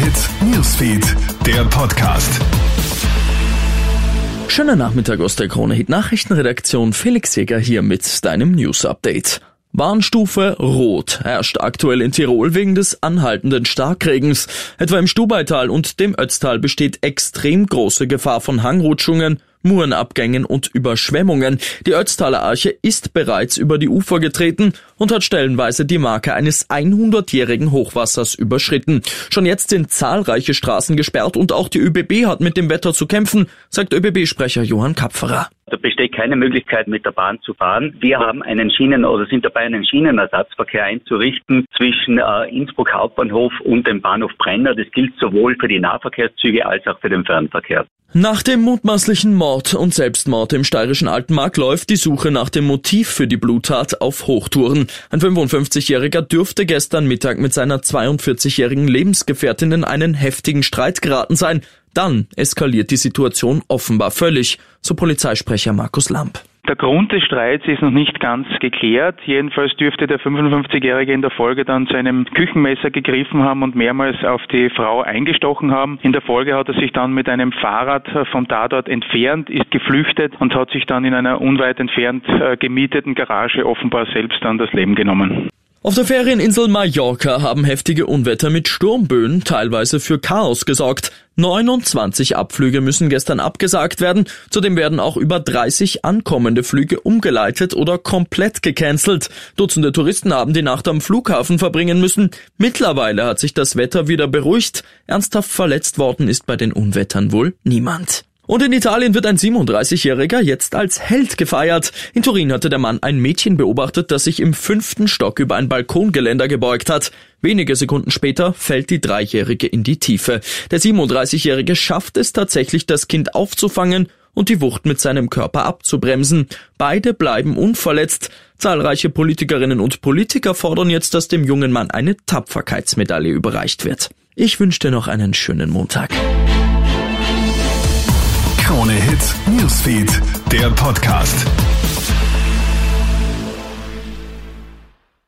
Hit Newsfeed, der Podcast. Schönen Nachmittag aus der Krone Hit Nachrichtenredaktion. Felix Jäger hier mit deinem News Update. Warnstufe Rot herrscht aktuell in Tirol wegen des anhaltenden Starkregens. Etwa im Stubaital und dem Ötztal besteht extrem große Gefahr von Hangrutschungen, Murenabgängen und Überschwemmungen. Die Ötztaler Arche ist bereits über die Ufer getreten und hat stellenweise die Marke eines 100-jährigen Hochwassers überschritten. Schon jetzt sind zahlreiche Straßen gesperrt und auch die ÖBB hat mit dem Wetter zu kämpfen, sagt ÖBB-Sprecher Johann Kapferer. Da besteht keine Möglichkeit, mit der Bahn zu fahren. Wir haben sind dabei, einen Schienenersatzverkehr einzurichten zwischen Innsbruck Hauptbahnhof und dem Bahnhof Brenner. Das gilt sowohl für die Nahverkehrszüge als auch für den Fernverkehr. Nach dem mutmaßlichen Mord und Selbstmord im steirischen Altenmarkt läuft die Suche nach dem Motiv für die Bluttat auf Hochtouren. Ein 55-Jähriger dürfte gestern Mittag mit seiner 42-jährigen Lebensgefährtin in einen heftigen Streit geraten sein. Dann eskaliert die Situation offenbar völlig, so Polizeisprecher Markus Lamp. Der Grund des Streits ist noch nicht ganz geklärt. Jedenfalls dürfte der 55-Jährige in der Folge dann zu einem Küchenmesser gegriffen haben und mehrmals auf die Frau eingestochen haben. In der Folge hat er sich dann mit einem Fahrrad vom Tatort entfernt, ist geflüchtet und hat sich dann in einer unweit entfernt gemieteten Garage offenbar selbst dann das Leben genommen. Auf der Ferieninsel Mallorca haben heftige Unwetter mit Sturmböen teilweise für Chaos gesorgt. 29 Abflüge müssen gestern abgesagt werden. Zudem werden auch über 30 ankommende Flüge umgeleitet oder komplett gecancelt. Dutzende Touristen haben die Nacht am Flughafen verbringen müssen. Mittlerweile hat sich das Wetter wieder beruhigt. Ernsthaft verletzt worden ist bei den Unwettern wohl niemand. Und in Italien wird ein 37-Jähriger jetzt als Held gefeiert. In Turin hatte der Mann ein Mädchen beobachtet, das sich im 5. Stock über ein Balkongeländer gebeugt hat. Wenige Sekunden später fällt die 3-Jährige in die Tiefe. Der 37-Jährige schafft es tatsächlich, das Kind aufzufangen und die Wucht mit seinem Körper abzubremsen. Beide bleiben unverletzt. Zahlreiche Politikerinnen und Politiker fordern jetzt, dass dem jungen Mann eine Tapferkeitsmedaille überreicht wird. Ich wünsche dir noch einen schönen Montag. Krone Hit Newsfeed, der Podcast.